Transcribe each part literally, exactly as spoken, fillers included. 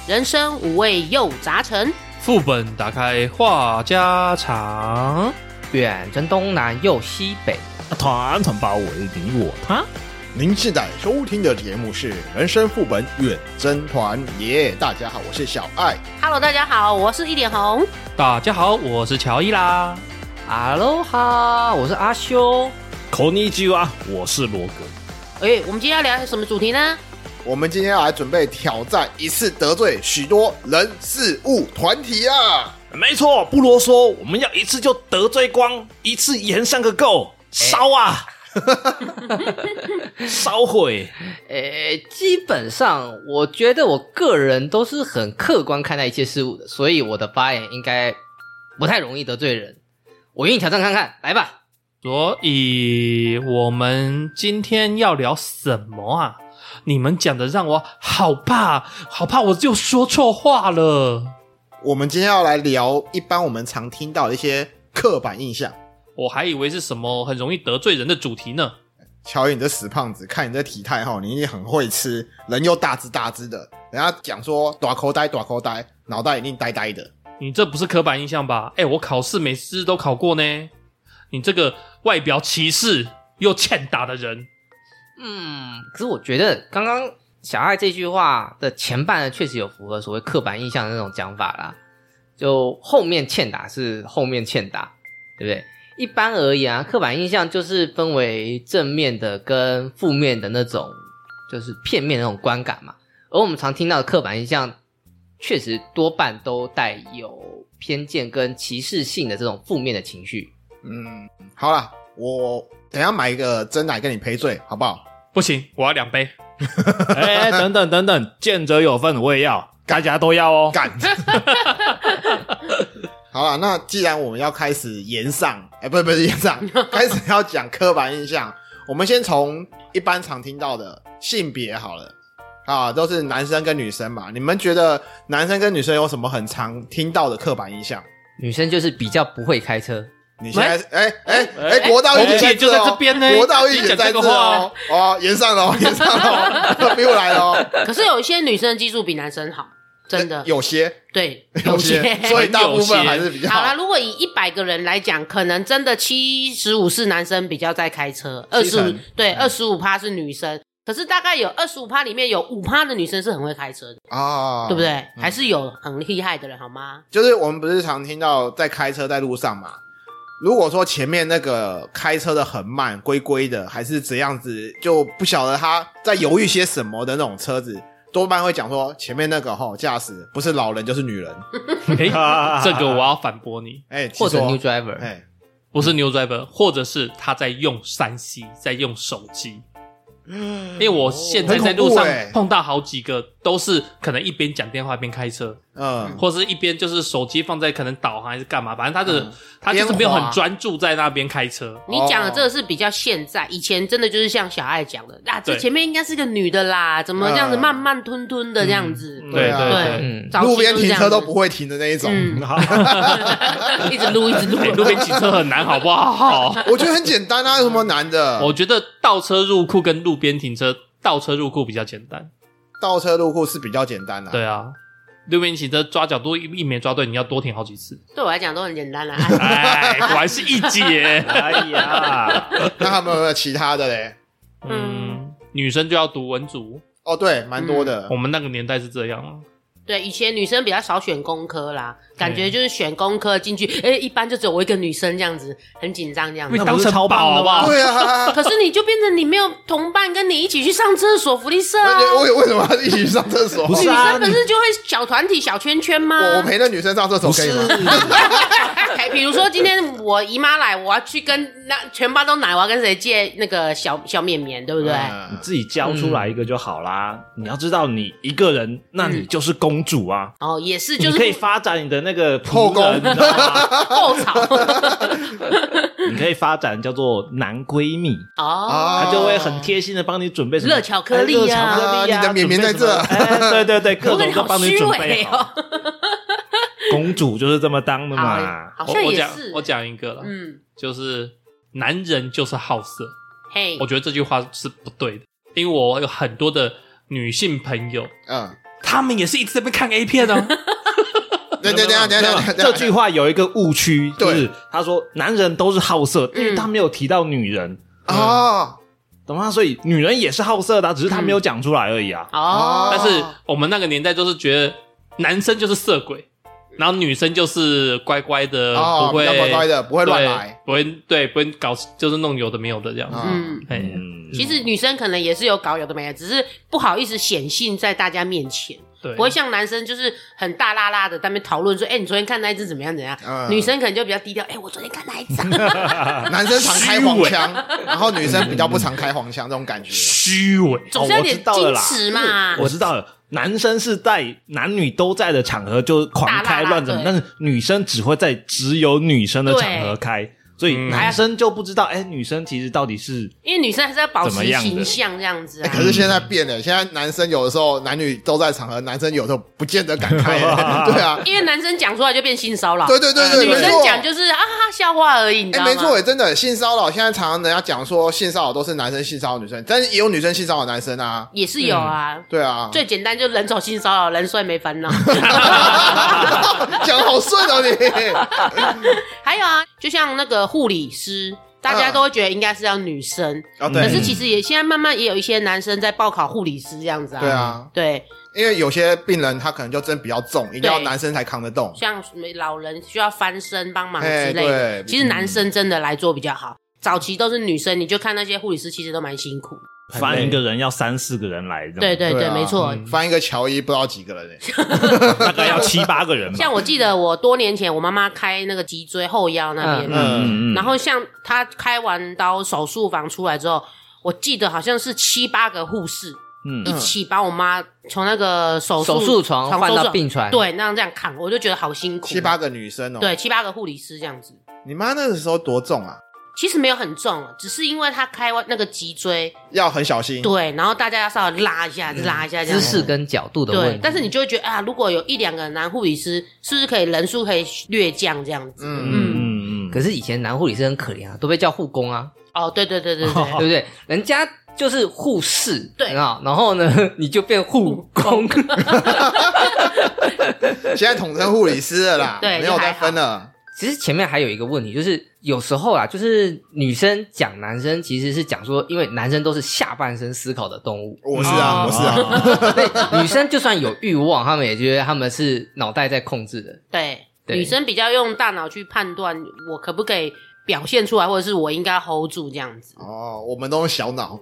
人生五味又杂陈， 副本打开话家常， 远征东南又西北， 团团包围你我他。 您现在收听的节目是《人生副本远征团》耶！大家好，我是小爱。 Hello， 大家好，我是一点红。 大家好，我是乔伊啦。 哈喽哈，我是阿修。 こんにちは，我是罗格。 哎，我们今天要聊什么主题呢？ 我们今天要来准备挑战一次得罪许多人事物团体啊！ 没错，不啰嗦，我们要一次就得罪光，一次延上个够，烧啊！烧毁。 诶，基本上我觉得我个人都是很客观看待一切事物的，所以我的发言应该不太容易得罪人。我愿意挑战看看，来吧。 所以我们今天要聊什么啊？你们讲的让我好怕，好怕我就说错话了。 我们今天要来聊一般我们常听到的一些刻板印象。 我还以为是什么很容易得罪人的主题呢。 乔伊，你这死胖子，看你这体态齁，你一定很会吃，人又大只大只的。人家讲说大口呆大口呆，脑袋一定呆呆的。 你这不是刻板印象吧？哎，我考试每次都考过呢。你这个外表歧视又欠打的人。 嗯，可是我觉得刚刚小爱这句话的前半呢，确实有符合所谓刻板印象的那种讲法啦。就后面欠打是后面欠打，对不对？一般而言啊，刻板印象就是分为正面的跟负面的那种，就是片面的那种观感嘛。而我们常听到的刻板印象，确实多半都带有偏见跟歧视性的这种负面的情绪。 嗯，好啦，我等一下买一个真奶跟你赔罪，好不好？ 不行，我要两杯。 哎，等等等等，见者有份，我也要，大家都要哦。 干！好啦，那既然我们要开始延上，哎，不是不是延上，开始要讲刻板印象，我们先从一般常听到的性别好了。啊，都是男生跟女生嘛，你们觉得男生跟女生有什么很常听到的刻板印象？ 女生就是比较不会开车。 你现在哎哎哎，国道一姐在就在这边呢， 国道一姐在这哦，哦，延上了哦，延上了哦，又来了哦。 可是有一些女生的技术比男生好，真的有些对， 有些，所以大部分还是比较好。 好啦，如果以一百个人来讲，可能真的七十五是男生比较在开车，二十五对二十五趴是女生。可是大概有二十五趴里面有五趴的女生是很会开车的啊、哦，对不对、嗯？还是有很厉害的人，好吗？ 就是我们不是常听到在开车在路上嘛，如果说前面那个开车的很慢龟龟的，还是怎样子，就不晓得他在犹豫些什么的那种车子，多半会讲说前面那个齁驾驶不是老人就是女人。 欸、这个我要反驳你， 哎、欸， 或者 new driver， 哎、欸， 不是 new driver， 或者是他在用三 C， 在用手机。因为我现在在路上碰到好几个都是可能一边讲电话一边开车，嗯，或者是一边就是手机放在可能导航还是干嘛，反正他的、嗯、他就是没有很专注在那边开车。 你讲的这个是比较现在，以前真的就是像小爱讲的啊，这前面应该是个女的啦，怎么这样子慢慢吞吞的这样子？ 嗯、对对对， 对嗯、 路边停车都不会停的那一种，嗯、 一直撸一直撸、 欸，路边停车很难，好不好？ 我觉得很简单啊，有什么难的？ 我觉得倒车入库跟路边停车，倒车入库比较简单。 倒车入库是比较简单的、啊， 对啊，路边停车抓角度一没抓对，你要多停好几次。 对我来讲都很简单啦。 哎，果然是一姐。 哎呀， 那他们有没有其他的嘞？ 嗯，女生就要读文组。 哦，对，蛮多的、嗯。 我们那个年代是这样啊。 对，以前女生比较少选工科啦，感觉就是选工科进去，哎、欸，一般就只有我一个女生这样子，很紧张这样子。 那当成超棒好不好？ 对啊。 可是你就变成你没有同伴跟你一起去上厕所，福利社啊。 我为什么要一起去上厕所？ 不是啊，女生不是就会小团体、小圈圈吗？ 我陪那女生上厕所可以吗？ 比如说今天我姨妈来，我要去跟那全班都奶，我要跟谁借那个小小绵绵，对不对？ 嗯、你自己交出来一个就好啦。嗯、你要知道，你一个人，那你就是公主啊。 嗯、哦，也是，就是你可以发展你的那个后宫， 你知道吗？ 后槽。 你可以发展叫做男闺蜜哦， 他就会很贴心的帮你准备什么热巧克力啊， 热巧克力啊， 你的绵绵在这， 哎，对对对，各种都帮你准备好。 哦、 公主就是这么当的嘛。 好像也是。我讲一个了，嗯，就是男人就是好色。 嘿， 我觉得这句话是不对的，因为我有很多的女性朋友，嗯。 他们也是一直在那边看 A 片哦。 对对对对对， 这句话有一个误区，就是他说男人都是好色，因为他没有提到女人啊， 懂吗？所以女人也是好色的，只是他没有讲出来而已啊。 哦，但是我们那个年代就是觉得男生就是色鬼。然后女生就是乖乖的， 哦、 不会乖乖的，不会乱来， 不会对，不会搞，就是弄有的没有的这样子。 嗯， 嗯， 其实女生可能也是有搞有的没的，只是不好意思显性在大家面前， 对， 不会像男生就是很大拉拉的在那边讨论说，哎、欸，你昨天看那一只怎么样怎样？嗯、女生可能就比较低调，哎、欸，我昨天看那一只。 男生常开黄腔，然后女生比较不常开黄腔，这种感觉。 虚伪， 总是有点矜持嘛。 我知道了。男生是在男女都在的场合就狂开乱整，但是女生只会在只有女生的场合开，所以男生就不知道，哎、欸，女生其实到底是因为女生还是要保持形象这样子啊。 欸、可是现在变了，现在男生有的时候男女都在场合，男生有的时候不见得敢开、欸，对啊， 因为男生讲出来就变性骚扰， 对对对对， 女生讲就是啊笑话而已，你知道吗？ 哎、欸，没错，真的性骚扰，现在常常人家讲说性骚扰都是男生性骚扰女生，但是也有女生性骚扰男生啊， 也是有啊， 嗯、对啊， 最简单就人丑性骚扰，人帅没烦恼， 讲好顺哦你。 还有啊，就像那个护理师。大家都会觉得应该是要女生， 嗯、可是其实也现在慢慢也有一些男生在报考护理师这样子啊。 对啊， 对， 因为有些病人他可能就真比较重，一定要男生才扛得动。 像老人需要翻身帮忙之类的，其实男生真的来做比较好。早期都是女生，你就看那些护理师其实都蛮辛苦。 翻一个人要三四个人来， 对对 对, 对、啊，没错、 嗯。翻一个乔伊不知道几个人、欸， 大概要七八个人吧。 像我记得我多年前我妈妈开那个脊椎后腰那边，嗯嗯嗯，然后像她开完刀手术房出来之后，我记得好像是七八个护士，嗯，一起把我妈从那个手术手术床换到病床， 对，那样这样扛，我就觉得好辛苦。 七八个女生哦， 对，七八个护理师这样子。 你妈那个时候多重啊？ 其实没有很重，只是因为他开完那个脊椎要很小心， 对，然后大家要稍微拉一下，嗯、拉一下这样， 姿势跟角度的问题。 对，但是你就会觉得啊，如果有一两个男护理师，是不是可以人数可以略降这样子？嗯嗯嗯。可是以前男护理师很可怜啊，都被叫护工啊。 哦，对对对对对， 对不对？人家就是护士， 对啊，然后呢，你就变护工。 现在统称护理师了啦， 对， 没有再分了。 其实前面还有一个问题，就是有时候啊，就是女生讲男生，其实是讲说，因为男生都是下半身思考的动物。 我是啊， 哦、 我是啊。 对，女生就算有欲望，他们也觉得他们是脑袋在控制的。 对，对女生比较用大脑去判断我可不可以表现出来，或者是我应该 hold 住这样子。 哦，我们都用小脑。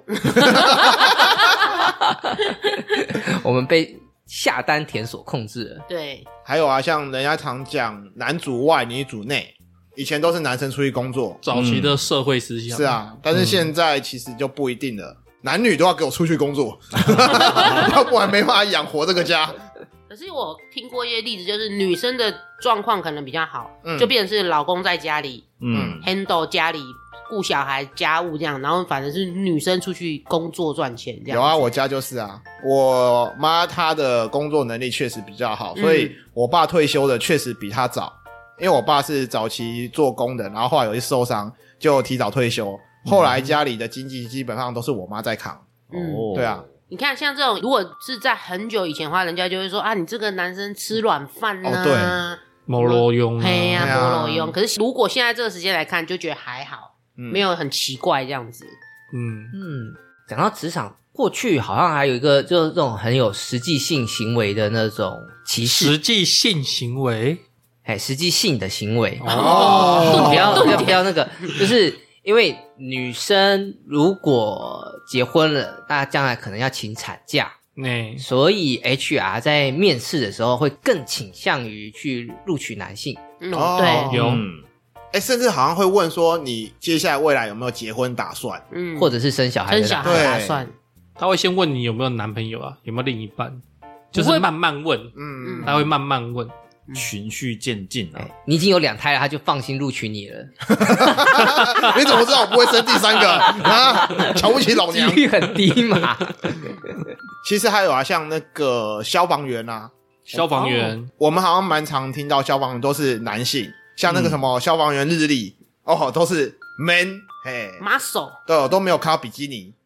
我们被下丹田所控制了。 对， 还有啊，像人家常讲男主外女主内，以前都是男生出去工作， 早期的社会思想、 嗯、是啊，但是现在其实就不一定了，嗯、男女都要给我出去工作，要不然没办法养活这个家。 可是我听过一些例子，就是女生的状况可能比较好，嗯、就变成是老公在家里，嗯 ，handle 家里顾小孩家务这样，然后反正是女生出去工作赚钱这样。 有啊，我家就是啊，我妈她的工作能力确实比较好，所以我爸退休的确实比她早，因为我爸是早期做工的，然后后来有一受伤就提早退休，后来家里的经济基本上都是我妈在扛。 嗯， 对啊。 你看，像这种如果是在很久以前的话，人家就会说啊，你这个男生吃软饭啊， 哦、对， 没路用啊， 嘿呀、啊，没路用。可是如果现在这个时间来看，就觉得还好，嗯、没有很奇怪这样子。 嗯嗯，讲到职场，过去好像还有一个就是这种很有实际性行为的那种歧视， 实际性行为， 哎，实际性的行为哦， 不要不要不要那个，就是因为女生如果结婚了，大家将来可能要请产假， 嗯、 所以 H R 在面试的时候会更倾向于去录取男性。 嗯，哦、对， 有。 哎、欸，甚至好像会问说你接下来未来有没有结婚打算， 嗯，或者是生小孩的打算，生小孩打算。 他会先问你有没有男朋友啊，有没有另一半，就是慢慢问，嗯，他会慢慢问， 循序渐进啊、欸。 你已经有两胎了，他就放心录取你了。 你怎么知道我不会生第三个啊？瞧不起老娘， 几率很低嘛。 其实还有啊，像那个消防员啊， 消防员， 哦、我们好像蛮常听到消防员都是男性。像那个什么消防员日历、嗯、哦，都是 man 嘿 muscle， 对，都没有看到比基尼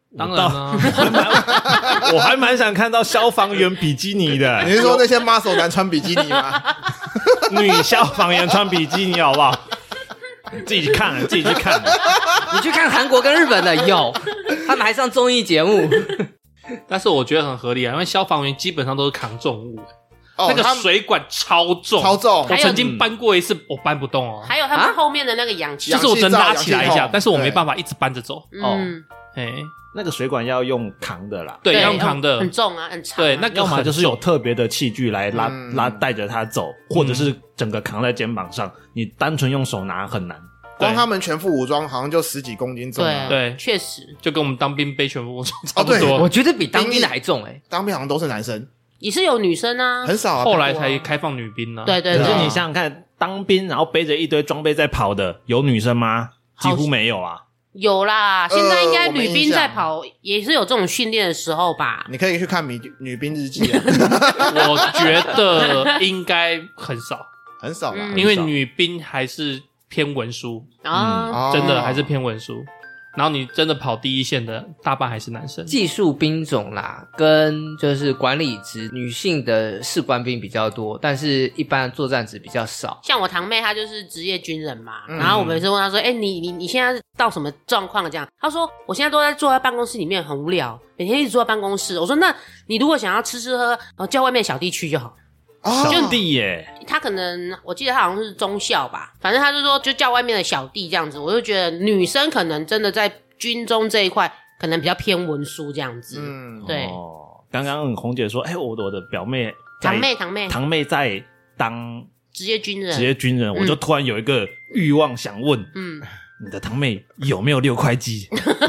当然啊， 我还蛮我还蛮想看到消防员比基尼的。 你是说那些 muscle 男穿比基尼吗？ 女消防员穿比基尼好不好？自己去看，自己去看。 你去看韩国跟日本的有，他们还上综艺节目。 但是我觉得很合理啊，因为消防员基本上都是扛重物。 哦、 那个水管超重， 超重。 我曾经搬过一次，我搬不动哦。 还有他们后面的那个氧气， 就是我只能拉起来一下，但是我没办法一直搬着走。 嗯， 哎， 那个水管要用扛的啦， 对，要用扛的， 很重啊，很长、啊。 对，那个要么就是有特别的器具来拉、嗯、拉带着它走，或者是整个扛在肩膀上。你单纯用手拿很难。 光他们全副武装好像就十几公斤重、啊， 对， 确实就跟我们当兵背全副武装差不多。 哦、我觉得比当兵的还重哎、欸， 当兵好像都是男生。 也是有女生啊， 很少、啊， 后来才开放女兵啊。 对对对， 可是你想想看，当兵然后背着一堆装备在跑的，有女生吗？几乎没有啊。 有啦，现在应该女兵在跑，呃、也是有这种训练的时候吧？ 你可以去看女女兵日记、啊。 我觉得应该很少， 很少啦、 嗯，因为女兵还是偏文书啊、 嗯，真的还是偏文书。然后你真的跑第一线的大半还是男生， 技术兵种啦，跟就是管理职女性的士官兵比较多，但是一般的作战职比较少。 像我堂妹她就是职业军人嘛，嗯、然后我每次问她说：“哎、欸，你你你现在到什么状况了？”这样，她说：“我现在都在坐在办公室里面，很无聊，每天一直坐在办公室。”我说：“那你如果想要吃吃喝，呃，叫外面小弟去就好。” 小弟耶， 他可能我记得他好像是中校吧，反正他就说就叫外面的小弟这样子。我就觉得女生可能真的在军中这一块可能比较偏文书这样子。嗯，对。 哦，刚刚红姐说，哎、欸，我我的表妹堂妹堂妹堂妹在当职业军人， 职业军人，嗯、我就突然有一个欲望想问，嗯。你的堂妹有没有六块肌？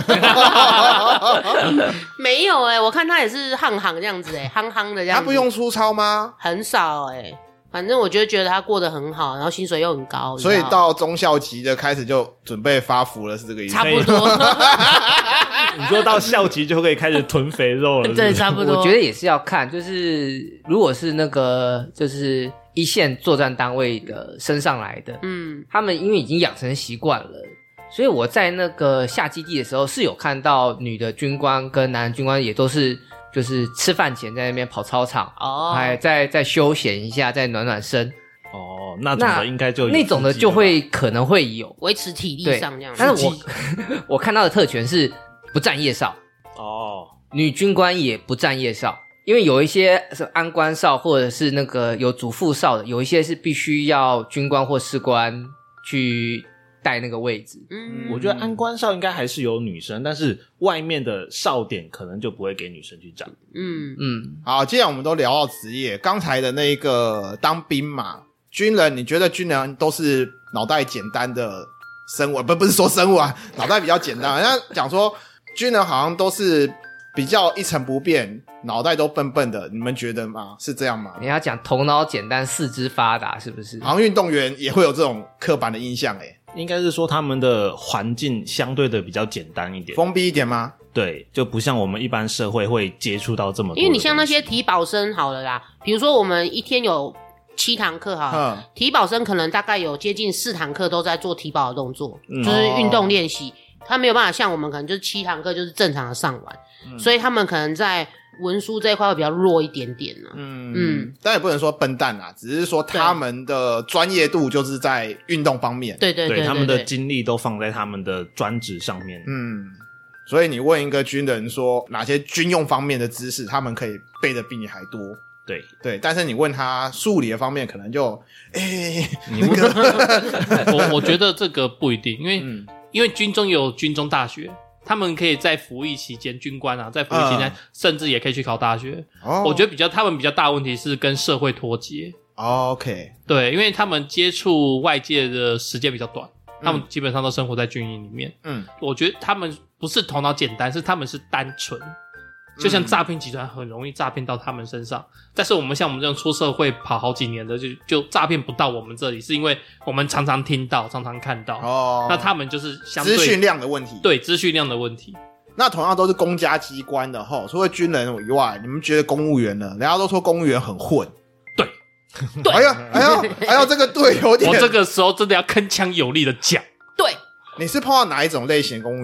没有哎、欸，我看她也是夯夯这样子哎、欸，夯夯的这样子。 她不用出操吗？ 很少哎、欸，反正我就觉得她过得很好，然后薪水又很高， 所以到中校级的开始就准备发福了，是这个意思？ 差不多。 你说到校级就可以开始囤肥肉了是不是？ 对，差不多。 我觉得也是要看，就是如果是那个就是一线作战单位的升上来的，嗯，他们因为已经养成习惯了。所以我在那个下基地的时候是有看到女的军官跟男的军官也都是就是吃饭前在那边跑操场哦，还在在休闲一下，在暖暖身哦，那种的应该就有那种的就会可能会有维持体力上这样。 但是我我看到的特权是不站夜哨哦，女军官也不站夜哨，因为有一些是安官哨或者是那个有主副哨的，有一些是必须要军官或士官去带那个位置。 嗯，我觉得安官哨应该还是有女生，但是外面的哨点可能就不会给女生去站。 嗯嗯，好，既然我们都聊到职业，刚才的那个当兵嘛，军人，你觉得军人都是脑袋简单的生物？不，不是说生物啊，脑袋比较简单。人家讲说军人好像都是比较一成不变，脑袋都笨笨的，你们觉得吗？是这样吗？ 你要讲头脑简单四肢发达是不是？ 好像运动员也会有这种刻板的印象诶。 应该是说他们的环境相对的比较简单一点， 封闭一点吗？ 对，就不像我们一般社会会接触到这么多。 因为你像那些体保生好了啦，比如说我们一天有七堂课好了，嗯、体保生可能大概有接近四堂课都在做体保的动作，嗯、就是运动练习。他没有办法像我们可能就是七堂课就是正常的上完，嗯、所以他们可能在文书这一块会比较弱一点点呢、啊。嗯嗯，但也不能说笨蛋啦，只是说他们的专业度就是在运动方面。 对对 对, 对, 对, 对， 他们的精力都放在他们的专职上面。 嗯，所以你问一个军人说哪些军用方面的知识，他们可以背的比你还多。 对对，但是你问他数理的方面，可能就哎，欸、 你问我我觉得这个不一定，因为、嗯、因为军中有军中大学。他们可以在服役期间，军官啊，在服役期间、嗯、甚至也可以去考大学。哦，我觉得比较他们比较大的问题是跟社会脱节。 哦 OK， 对，因为他们接触外界的时间比较短，嗯、他们基本上都生活在军营里面。嗯，我觉得他们不是头脑简单，是他们是单纯。就像诈骗集团很容易诈骗到他们身上，但是我们像我们这种出社会跑好几年的，就就诈骗不到我们这里，是因为我们常常听到，常常看到。哦，那他们就是相对资讯量的问题， 对资讯量的问题。 那同样都是公家机关的齁，除了军人以外，你们觉得公务员呢？人家都说公务员很混。 对， 对， 哎呀，哎呀，哎呀，这个对有点。 我这个时候真的要铿锵有力的讲。 对。 你是碰到哪一种类型的公务员？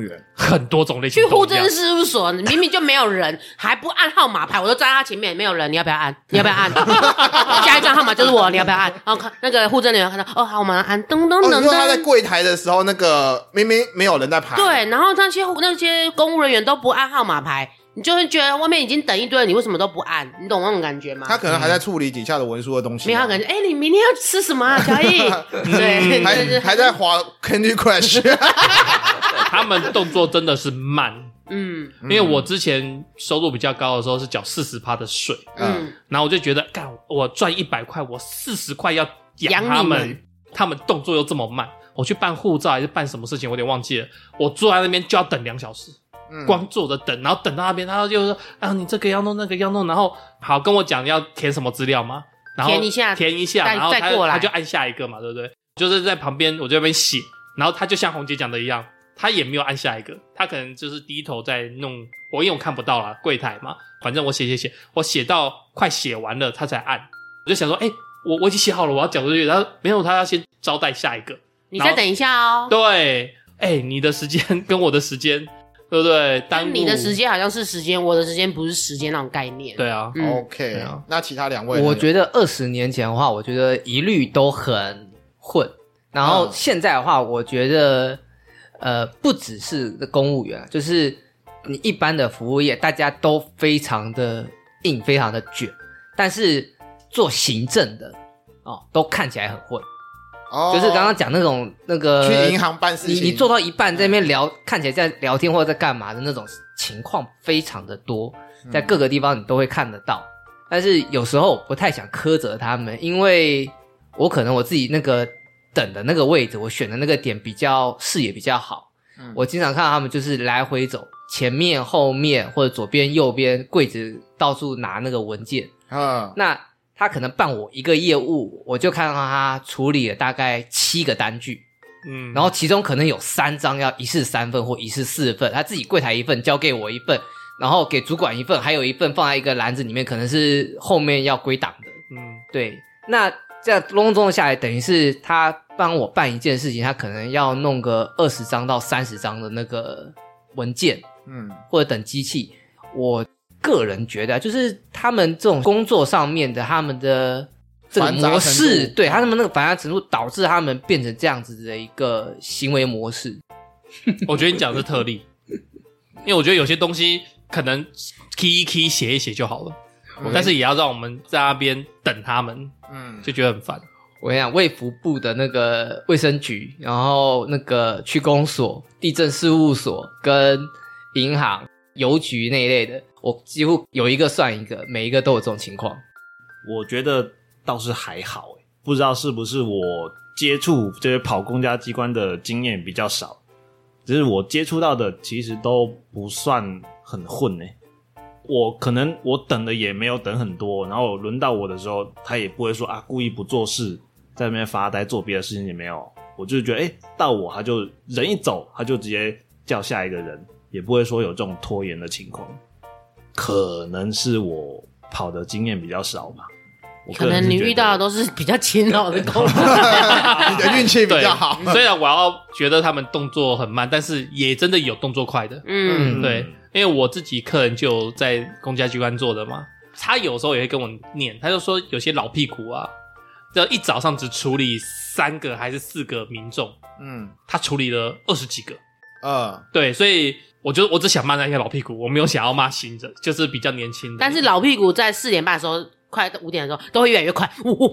很多种类型。 去户政事务所，明明就没有人，还不按号码牌，我都站在他前面，没有人，你要不要按？你要不要按？下一张号码就是我，你要不要按？然后看那个户政人员看到，哦，好，我们按，噔噔噔噔。 哦，你说他在柜台的时候，那个明明没有人在排， 对，然后那些那些公务人员都不按号码牌。你就会觉得外面已经等一堆了，你为什么都不按？你懂那种感觉吗？ 他可能还在处理底下的文书的东西、啊。 没有，他感觉，哎、欸，你明天要吃什么啊，乔伊？对， 还还在滑 Candy Crush。 他们动作真的是慢，嗯，因为我之前收入比较高的时候是缴四十趴的税，嗯，然后我就觉得，干，我赚一百块，我四十块要养他们，们他们动作又这么慢，我去办护照还是办什么事情，我有点忘记了，我坐在那边就要等两小时。嗯、光坐着等，然后等到那边，他就说：“啊，你这个要弄，那个要弄。”然后好跟我讲要填什么资料吗？然后填一下， 填一下，然后他他就按下一个嘛，对不对？就是在旁边，我就在那边写，然后他就像红姐讲的一样，他也没有按下一个，他可能就是低头在弄。我因为我看不到啦，柜台嘛，反正我写写写，我写到快写完了，他才按。我就想说，哎、欸，我我已经写好了，我要缴出去。然后没有，他要先招待下一个， 你再等一下哦。 对，哎、欸，你的时间跟我的时间。对不对？ 但你的时间好像是时间，我的时间不是时间那种概念。 对啊、 嗯、，OK 啊。那其他两位， 我觉得二十年前的话，我觉得一律都很混。然后现在的话，我觉得呃，不只是公务员，就是你一般的服务业，大家都非常的硬，非常的卷。但是做行政的哦，都看起来很混。哦、就是刚刚讲那种那个去银行办事情， 你你做到一半在那边聊，看起来在聊天或者在干嘛的那种情况非常的多，在各个地方你都会看得到。但是有时候不太想苛责他们，因为我可能我自己那个等的那个位置，我选的那个点比较视野比较好，嗯、我经常看到他们就是来回走，前面后面或者左边右边柜子到处拿那个文件啊，那。他可能办我一个业务，我就看到他处理了大概七个单据，嗯，然后其中可能有三张要一式三份或一式四份，他自己柜台一份，交给我一份，然后给主管一份，还有一份放在一个篮子里面，可能是后面要归档的，嗯，对。那这样隆重下来，等于是他帮我办一件事情，他可能要弄个二十张到三十张的那个文件，嗯，或者等机器，我。个人觉得就是他们这种工作上面的他们的这个模式，对他们那个繁杂程度导致他们变成这样子的一个行为模式。 我觉得你讲的是特例，因为我觉得有些东西可能 key 一 key 写一写就好了，嗯、但是也要让我们在那边等他们，嗯，就觉得很烦。 我跟你讲，卫福部的那个卫生局，然后那个区公所、地政事务所跟银行、邮局那一类的。我几乎有一个算一个，每一个都有这种情况。 我觉得倒是还好诶，不知道是不是我接触这些跑公家机关的经验比较少，只是我接触到的其实都不算很混诶。我可能我等的也没有等很多，然后轮到我的时候，他也不会说啊故意不做事，在那边发呆做别的事情也没有。我就觉得诶，到我他就人一走，他就直接叫下一个人，也不会说有这种拖延的情况。可能是我跑的经验比较少吧， 可能你遇到的都是比较勤劳的工作， 你的运气比较好。 虽然我要觉得他们动作很慢，但是也真的有动作快的。嗯，对，因为我自己客人就在公家机关做的嘛，他有时候也会跟我念，他就说有些老屁股啊，就一早上只处理三个还是四个民众，嗯，他处理了二十几个。呃，对，所以我就我只想骂那些老屁股，我没有想要骂新的，就是比较年轻的。 但是老屁股在四点半的时候，快到五点的时候，都会越来越快。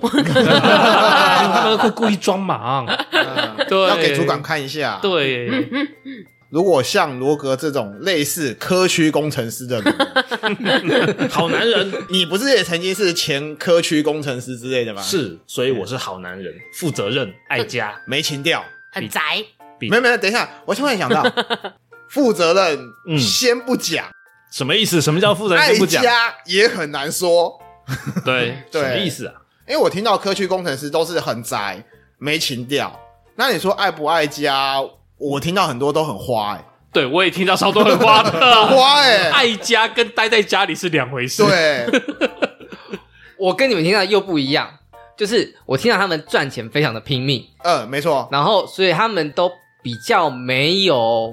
他们会故意装忙， 嗯、对，要给主管看一下。 对， 如果像罗格这种类似科区工程师的人， 好男人， 你不是也曾经是前科区工程师之类的吗？ 是，所以我是好男人，负责任、爱家、 没情调、 很宅。 没有没有，等一下，我突然想到，负责任、嗯、先不讲， 什么意思？什么叫负责任先不讲？ 爱家也很难说。 对对， 什么意思啊？ 因为我听到科区工程师都是很宅、没情调，那你说爱不爱家？我听到很多都很花、欸， 对，我也听到超多很花的， 很花哎、欸， 爱家跟待在家里是两回事。 对， 我跟你们听到又不一样，就是我听到他们赚钱非常的拼命， 嗯，没错， 然后所以他们都比较没有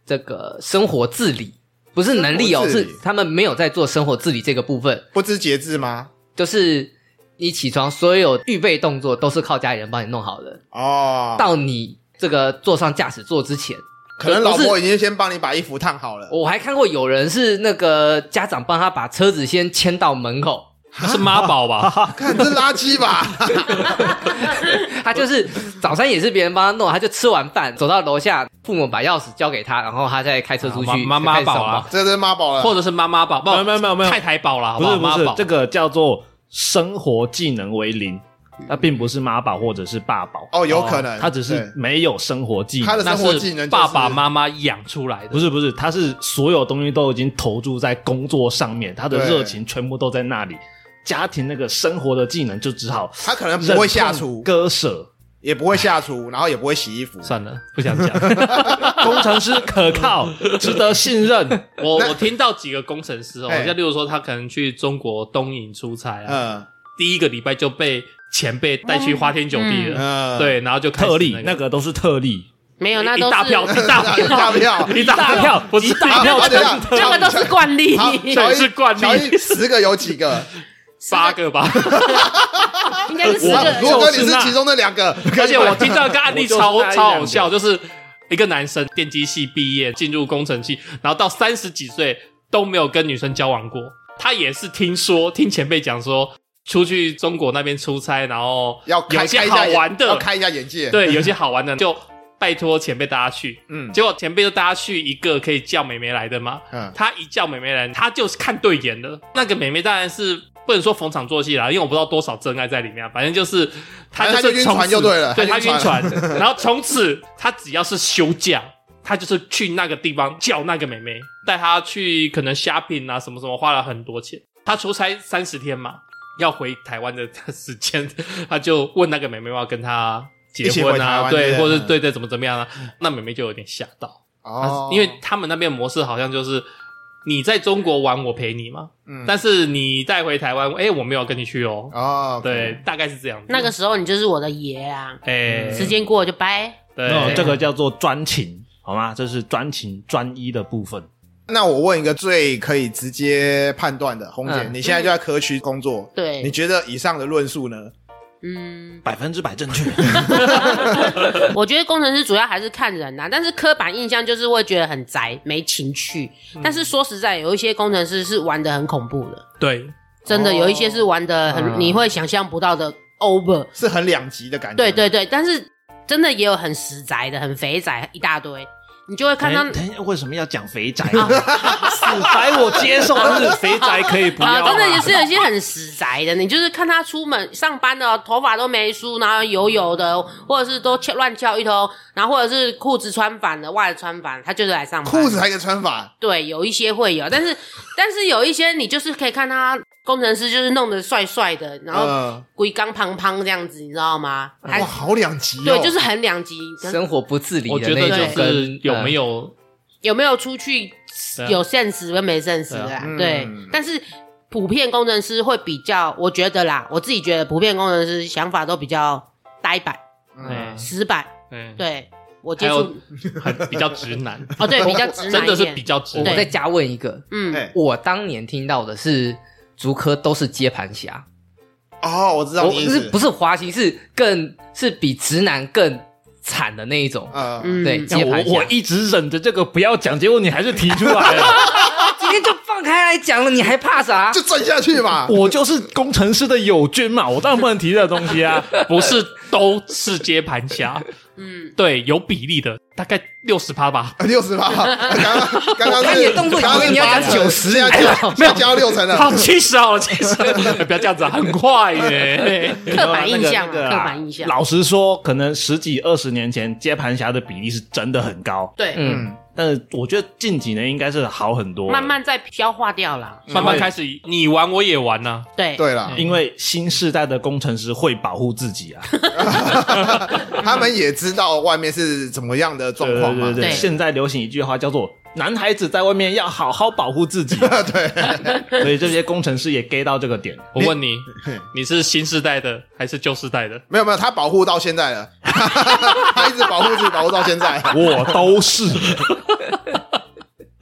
这个生活自理，不是能力哦，是他们没有在做生活自理这个部分。 不知节制吗？ 就是你起床所有预备动作都是靠家里人帮你弄好的哦，到你这个坐上驾驶座之前， 可能老婆已经先帮你把衣服烫好了。 我还看过有人是那个家长帮他把车子先牵到门口。 那是妈宝吧？ 看这垃圾吧！ 他就是早餐也是别人帮他弄，他就吃完饭走到楼下，父母把钥匙交给他，然后他再开车出去。 妈妈宝啊， 这是妈宝了， 或者是妈妈宝， 没有没有没有没有太太宝了，好不好？ 不是不是，这个叫做生活技能为零。那并不是妈宝或者是爸宝哦，有可能、哦、 他只是没有生活技能， 他的生活技能、就是、 爸爸妈妈养出来的， 不是不是，他是所有东西都已经投注在工作上面，他的热情全部都在那里，家庭那个生活的技能就只好他可能不会下厨割舍， 也不会下厨，然后也不会洗衣服， 算了，不想讲。 工程师可靠，值得信任。 我我听到几个工程师哦，像例如说他可能去中国东引出差啊，嗯，第一个礼拜就被前辈带去花天酒地了，嗯、对，然后就开始、那個、 特例，那个都是特例， 没有，那都是一大票，一大票， 一大票， 一大票，不是一大票， 这个都是惯例， 这是惯例， 十个有几个？ 八个吧， 应该是十个。 如果你是其中的两个， 而且我听到一个案例超超好笑，就是一个男生电机系毕业进入工程系，然后到三十几岁都没有跟女生交往过，他也是听说听前辈讲说。出去中国那边出差，然后要有些好玩的， 要开一下眼界。 对，有些好玩的就拜托前辈带他去。嗯，结果前辈就带他去一个可以叫妹妹来的嘛。嗯，他一叫妹妹来，他就是看对眼了。那个妹妹当然是不能说逢场作戏啦，因为我不知道多少真爱在里面。反正就是他就是晕船就对了， 对他晕船。然后从此他只要是休假，他就是去那个地方叫那个妹妹，带他去可能 shopping 啊什么什么，花了很多钱。他出差三十天嘛。要回台湾的时间，他就问那个妹妹要跟他结婚啊，对，或者对对怎么怎么样啊？那妹妹就有点吓到哦，因为他们那边模式好像就是你在中国玩我陪你嘛，嗯，但是你带回台湾，哎，我没有跟你去哦，哦，对， okay. 大概是这样子。 那个时候你就是我的爷啊，哎，时间过了就掰， 对，哦，这个叫做专情，好吗？这是专情专一的部分。 那我问一个最可以直接判断的，红姐，嗯、你现在就在科区工作， 对， 你觉得以上的论述呢？ 嗯，百分之百正确。 我觉得工程师主要还是看人啊，但是刻板印象就是会觉得很宅，没情趣。嗯、但是说实在，有一些工程师是玩得很恐怖的， 对， 真的、哦、有一些是玩得很、嗯、你会想象不到的 over， 是很两极的感觉。 对对对，但是真的也有很实宅的，很肥宅一大堆。你就会看到， 欸、为什么要讲肥宅？啊、死宅我接受，但是肥宅可以不要、啊。 真的也是有一些很死宅的，你就是看他出门上班的，头发都没梳，然后油油的，或者是都乱翘一头，然后或者是裤子穿反了，袜子穿反，他就是来上班。 裤子还可以穿反？ 对，有一些会有，但是但是有一些你就是可以看他工程师就是弄得帅帅的，然后龟刚胖胖这样子，你知道吗？ 哇，好两极哦！ 对，就是很两极， 生活不自理的那种。我觉得就是有没有、嗯、 有没有出去有 sense 跟没 sense 的啦，对、嗯。但是普遍工程师会比较，我觉得啦，我自己觉得普遍工程师想法都比较呆板、嗯、死板，嗯，对。我接触很比较直男哦，对，比较直男， 真的是比较直男。 我再加问一个，嗯，我当年听到的是竹科都是接盘侠。 哦，我知道你意思， 不是不是滑行，是更是比直男更惨的那一种。嗯，对，接盘侠。 我我一直忍着这个不要讲，结果你还是提出来了。 今天就放开来讲了，你还怕啥？ 就转下去嘛。 我就是工程师的友军嘛，我当然不能提这个东西啊。 不是都是接盘侠。嗯，对，有比例的，大概六十趴吧， 六十趴。刚刚刚刚看你的动作，以为你要讲九十， 现在没有加到六成了， 好七十好了，七十，不要这样子，很快耶。 刻板印象，刻板印象。 老实说，可能十几二十年前接盘侠的比例是真的很高， 对，嗯。 但是我觉得近几年应该是好很多， 慢慢在消化掉了， 慢慢开始你玩我也玩啊。 对对啦， 因为新世代的工程师会保护自己啊， 他们也知道外面是怎么样的状况嘛。 对对对，现在流行一句话叫做男孩子在外面要好好保护自己。对，所以这些工程师也 get 到这个点。 我问你，你是新世代的还是旧世代的？ 没有没有，他保护到现在了，他一直保护自己，保护到现在。 我都是。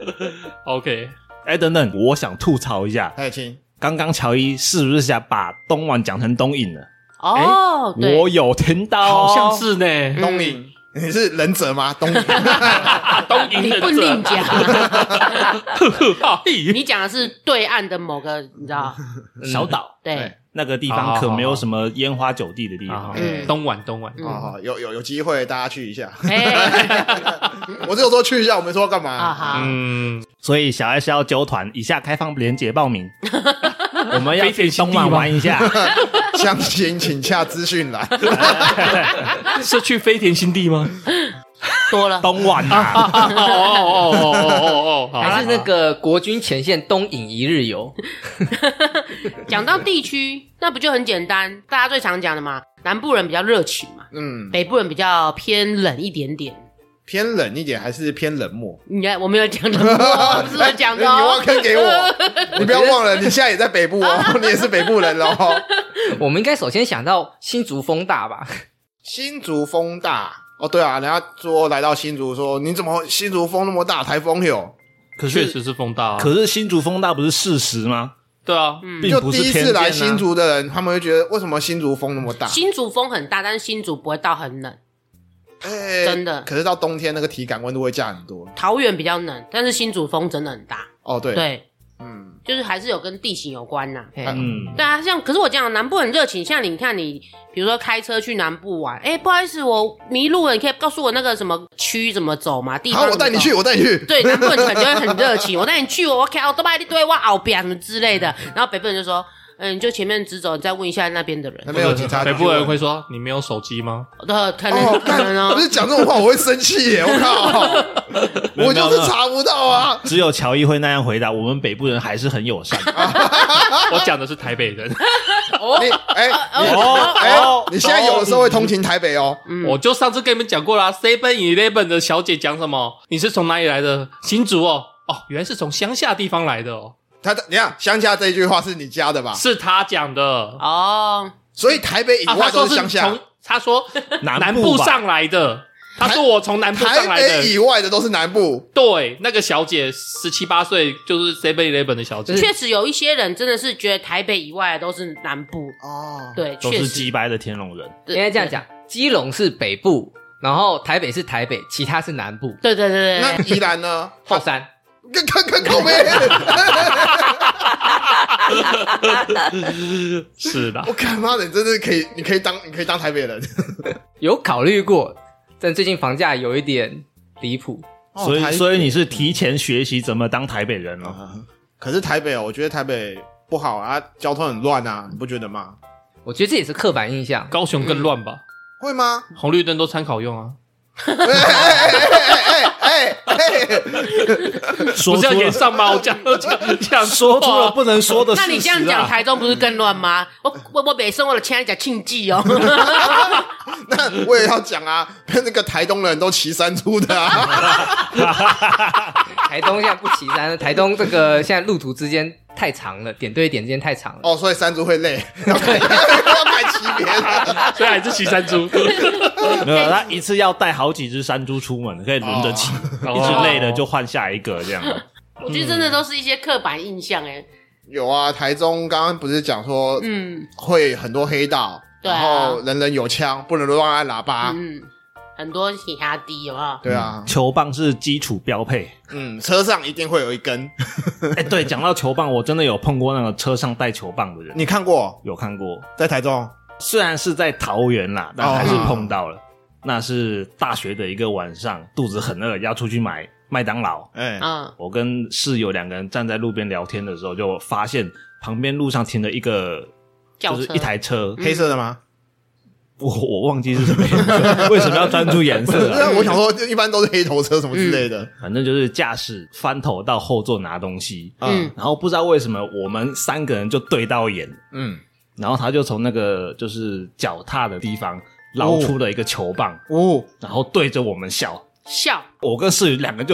OK， 哎，等等，我想吐槽一下， 太亲， 刚刚乔伊是不是想把东莞讲成东引了？ 哦，对， 我有听到、 哦，好像是呢。 东引，你是忍者吗？东引， 东引忍者， 你不另讲。 好你讲的是对岸的某个，你知道小岛， 对， 那个地方可没有什么烟花酒地的地方。 嗯，东莞，东莞， 哦，有有有机会大家去一下。 哎， 我只有说去一下，我没说要干嘛。 啊好， 嗯， 所以小 S 要揪团，以下开放连结报名，我们要去东莞玩一下。 详情请洽资讯栏。 是去飞田新地吗？ 多了东莞啊！ 哦哦哦哦哦哦， 还是那个国军前线东引一日游。 讲到地区，那不就很简单？大家最常讲的嘛，南部人比较热情嘛， 嗯， 北部人比较偏冷一点点。 偏冷一点还是偏冷漠？ 你看，我没有讲冷漠，不是我讲的、哦。 你挖坑给我，你不要忘了，你现在也在北部哦，你也是北部人哦。 我们应该首先想到新竹风大吧？ 新竹风大哦，对啊，人家说来到新竹说，你怎么新竹风那么大？台风有， 可是确实是风大、啊， 可是新竹风大不是事实吗？ 对啊， 嗯， 并不是偏见啊。 就第一次来新竹的人，他们会觉得为什么新竹风那么大？ 新竹风很大，但是新竹不会到很冷。 欸、 真的， 可是到冬天那个体感温度会降很多。 桃园比较冷，但是新竹风真的很大。 哦，对， 对， 嗯， 就是还是有跟地形有关呐、 啊。 嗯， 对啊，像可是我讲南部很热情，像你看你，比如说开车去南部玩，哎，不好意思，我迷路了，你可以告诉我那个什么区怎么走吗？地方好，我带你去，我带你去。 对，南部人可能就会很热情，我带你去，我开奥多巴一堆，我后边什么之类的。然后北部人就说。嗯，你就前面直走，你再问一下那边的人。 那边有警察。 北部人会说：“你没有手机吗？” 呃，可能、哦、可能哦。 不是讲这种话，我会生气耶！我靠，我就是查不到啊。 只有乔伊会那样回答。我们北部人还是很友善。 我讲的是台北人。 哦， 你哎，哦哎，你现在有的时候会通勤台北哦。 嗯，我就上次跟你们讲过啦 ，Seven Eleven 的小姐讲什么？你是从哪里来的？新竹哦，哦，原来是从乡下地方来的哦。 他你看乡下这一句话是你加的吧？ 是他讲的哦， 所以台北以外都是乡下。 啊、他说南南部上来的，他说我从南部上来的， 台北以外的都是南部。 对，那个小姐十七八岁，就是 Seven Eleven 的小姐。 确实有一些人真的是觉得台北以外都是南部哦， 对， 都是鸡掰的天龙人。 应该这样讲，基隆是北部，然后台北是台北，其他是南部。 对对对对。 那宜兰呢？ 后山。 看看看靠北。 是的， 我看妈的，你真的可以，你可以当，你可以当台北人。 有考虑过，但最近房价有一点离谱， 哦、 所以所以你是提前学习怎么当台北人哦。 嗯、可是台北哦，我觉得台北不好啊，交通很乱啊，你不觉得吗？ 我觉得这也是刻板印象。 高雄更乱吧？嗯、 会吗？ 红绿灯都参考用啊。 哎哎哎哎哎！ 不是要演上吗？我讲讲讲说出了不能说的事、啊。 那你这样讲，台中不是更乱吗？我我我北生我的亲爱讲庆忌哦。 那我也要讲啊，那个台东人都骑山猪的啊。 台东现在不骑山，台东这个现在路途之间太长了，点对点之间太长了。 哦，所以山猪会累，要改要改骑别的， 所以还是骑山猪。 没有，他一次要带好几只山猪出门，可以轮着骑，哦、一只累了就换下一个这样。 我觉得真的都是一些刻板印象哎。 有啊，台中刚刚不是讲说，嗯，会很多黑道， 对、啊， 然后人人有枪，不能乱按喇叭， 嗯，很多嘻哈低有没有？ 对啊， 球棒是基础标配， 嗯，车上一定会有一根。 哎、欸，对，讲到球棒，我真的有碰过那个车上带球棒的人。 你看过？ 有看过， 在台中， 虽然是在桃园啦，但还是碰到了。哦、那是大学的一个晚上，肚子很饿，要出去买麦当劳。哎、嗯，我跟室友两个人站在路边聊天的时候，就发现旁边路上停了一个，就是一台车， 黑色的吗？ 我我忘记是什么颜色，为什么要专注颜色、啊？ 我想说，一般都是黑头车什么之类的。 嗯、反正就是驾驶翻头到后座拿东西，嗯，然后不知道为什么我们三个人就对到眼，嗯，然后他就从那个就是脚踏的地方捞出了一个球棒，哦，然后对着我们笑。 笑， 我跟世宇两个就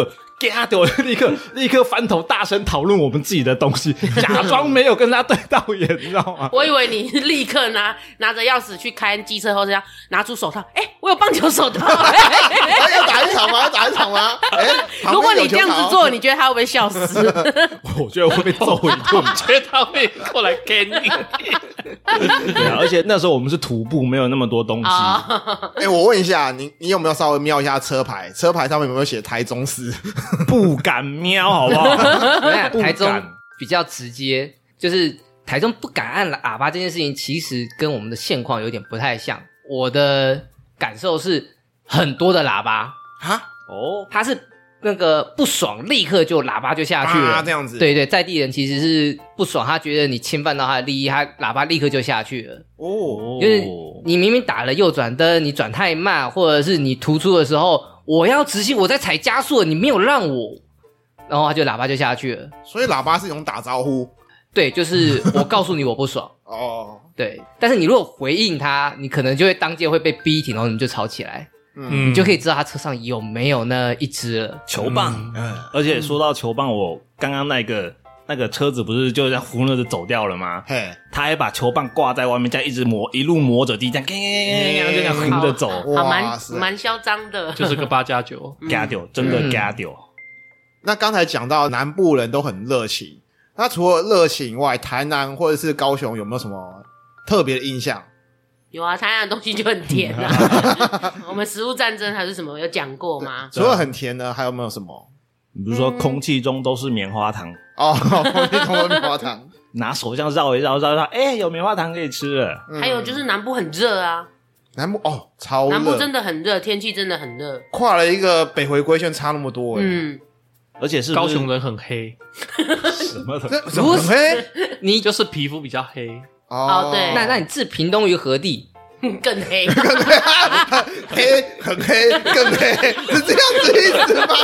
嘎丢，立刻立刻翻头大声讨论我们自己的东西，假装没有跟他对到眼，你知道吗？ 我以为你立刻拿拿着钥匙去开机车后，这样拿出手套，哎、欸，我有棒球手套，哎、 欸，要打一场吗？要打一场吗？哎、欸， 如果你这样子做，你觉得他会不会笑死？ 我觉得会被揍一顿， 我觉得他会过来给你。 对啊，而且那时候我们是徒步，没有那么多东西。 哎、欸，我问一下，你你有没有稍微瞄一下车牌？车牌上面有没有写台中市？ 不敢瞄，好不好？ 台中比较直接，就是台中不敢按喇叭这件事情，其实跟我们的现况有点不太像。我的感受是很多的喇叭啊， 哦，他是那个不爽，立刻就喇叭就下去了， 啊、这样子。 对对，在地人其实是不爽，他觉得你侵犯到他的利益，他喇叭立刻就下去了。 哦， 就是你明明打了右转灯，你转太慢，或者是你突出的时候，我要直行，我在踩加速，你没有让我，然后他就喇叭就下去了。 所以喇叭是一种打招呼。 对，就是我告诉你我不爽。 哦， 对，但是你如果回应他，你可能就会当街会被逼停，然后你们就吵起来。嗯，你就可以知道他车上有没有那一只了球棒。嗯，而且说到球棒，我刚刚那个那个车子不是就这样胡闹着走掉了吗？嘿，他还把球棒挂在外面，这样一直磨，一路磨着地，这样就这样横着走， 好蛮蛮嚣张的， 就是个八加九， 加丢，真的加丢。 那刚才讲到南部人都很热情，那除了热情以外，台南或者是高雄有没有什么特别的印象？ 有啊，台南的东西就很甜啊。我们食物战争还是什么有讲过吗？ 除了很甜呢，还有没有什么？ 你不是说空气中都是棉花糖？嗯、 哦，空气中都是棉花糖， 拿手这样绕一绕绕一绕，哎、欸，有棉花糖可以吃了。 嗯、还有就是南部很热啊， 南部哦超热， 南部真的很热，天气真的很热， 跨了一个北回归线差那么多哎。嗯， 而且是高雄人很黑， 什么的？ 怎么很黑？ 你就是皮肤比较黑。 哦，对， 那那你置屏东于何地？ 更黑， 更黑，黑很黑，更黑，是这样子意思吗？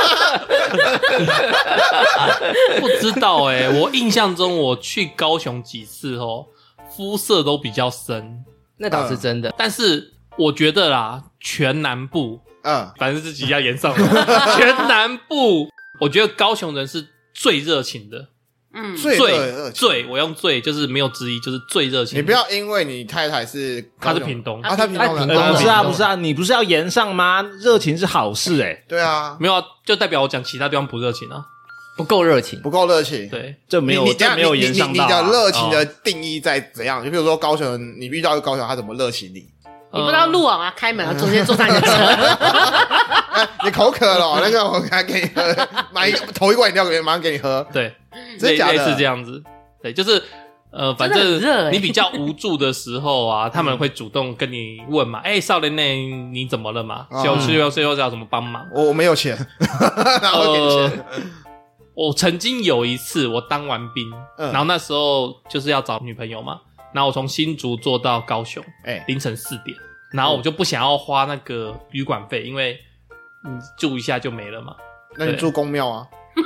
不知道哎、欸，我印象中我去高雄几次哦，肤色都比较深， 那倒是真的。 嗯、但是我觉得啦，全南部，嗯，反正自己要延上，全南部，我觉得高雄人是最热情的。 嗯，最最最，我用最就是没有之一，就是最热情的。 你不要因为你太太是她是屏东啊，她屏东人， 呃，不是啊，不是啊，你不是要延上吗？热情是好事哎、欸。 对啊， 没有啊，就代表我讲其他地方不热情啊， 不够热情， 不够热情。 对， 这没有， 你这没有延上到、啊。 你的热情的定义在怎样？就比如说高雄人，你遇到一个高雄，他怎么热情你？ 你不知道路网啊，开门啊，中间坐上你的车。 哎，你口渴了，那个我还给你喝，买一个头一罐饮料，马上给你喝。 对， 真的假的？ 类似这样子。对，就是呃，反正你比较无助的时候啊，他们会主动跟你问嘛，哎、欸，少年内你怎么了嘛？就最后最后要怎么帮忙？ 我我没有钱，然后给你钱。 呃我曾经有一次，我当完兵，嗯、然后那时候就是要找女朋友嘛。然后我从新竹坐到高雄，欸、凌晨四点，然后我就不想要花那个旅馆费，因为你住一下就没了嘛。 那你住公庙啊？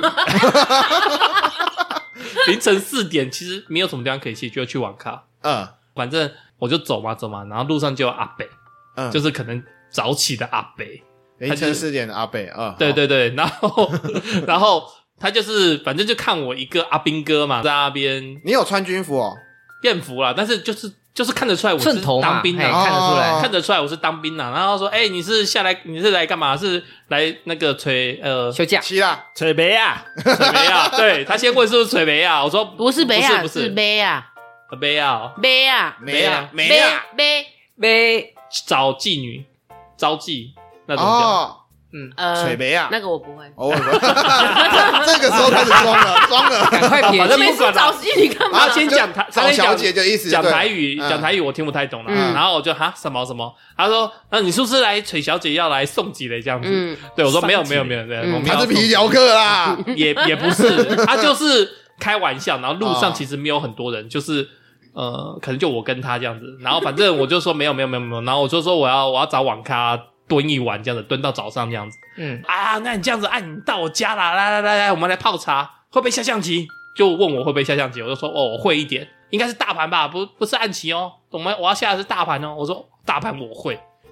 凌晨四点其实没有什么地方可以去，就去网咖。嗯，反正我就走嘛走嘛，然后路上就有阿伯，嗯，就是可能早起的阿伯， 凌晨四点的阿伯，嗯， 对对对，然后然后他就是反正就看我一个阿兵哥嘛，在那边。 你有穿军服哦？ 便服啦，但是就是就是看得出来我是当兵的， 看得出来， 看得出来我是当兵的。然后说，哎、欸，你是下来，你是来干嘛？是来那个吹呃休假？ 是啦， 吹杯啊， 吹杯啊。对，他先问是不是吹杯啊？我说不是杯啊， 不是， 是杯啊， 杯啊， 杯啊， 杯啊， 杯啊，杯杯找妓女，招妓那种叫。 哦嗯呃， 水杯啊， 那个我不会。 哦，这个时候开始装了，装了， 赶快撇。 反正不管找妓女干嘛？ 他先讲台， 找小姐的意思， 讲台语，讲台语我听不太懂了。然后我就哈什么什么，他说，那你是不是来娶小姐要来送几嘞这样子？对我说没有没有没有没有， 他是皮条客啦， 也也不是，他就是开玩笑。然后路上其实没有很多人，就是呃，可能就我跟他这样子。然后反正我就说没有没有没有没有，然后我就说我要我要找网咖。蹲一晚这样子，蹲到早上这样子。嗯啊，那你这样子，啊，你到我家啦，来来来来，我们来泡茶，会不会下象棋？就问我会不会下象棋，我就说哦，我会一点，应该是大盘吧，不不是暗棋哦。我们我要下的是大盘哦。我说大盘我会，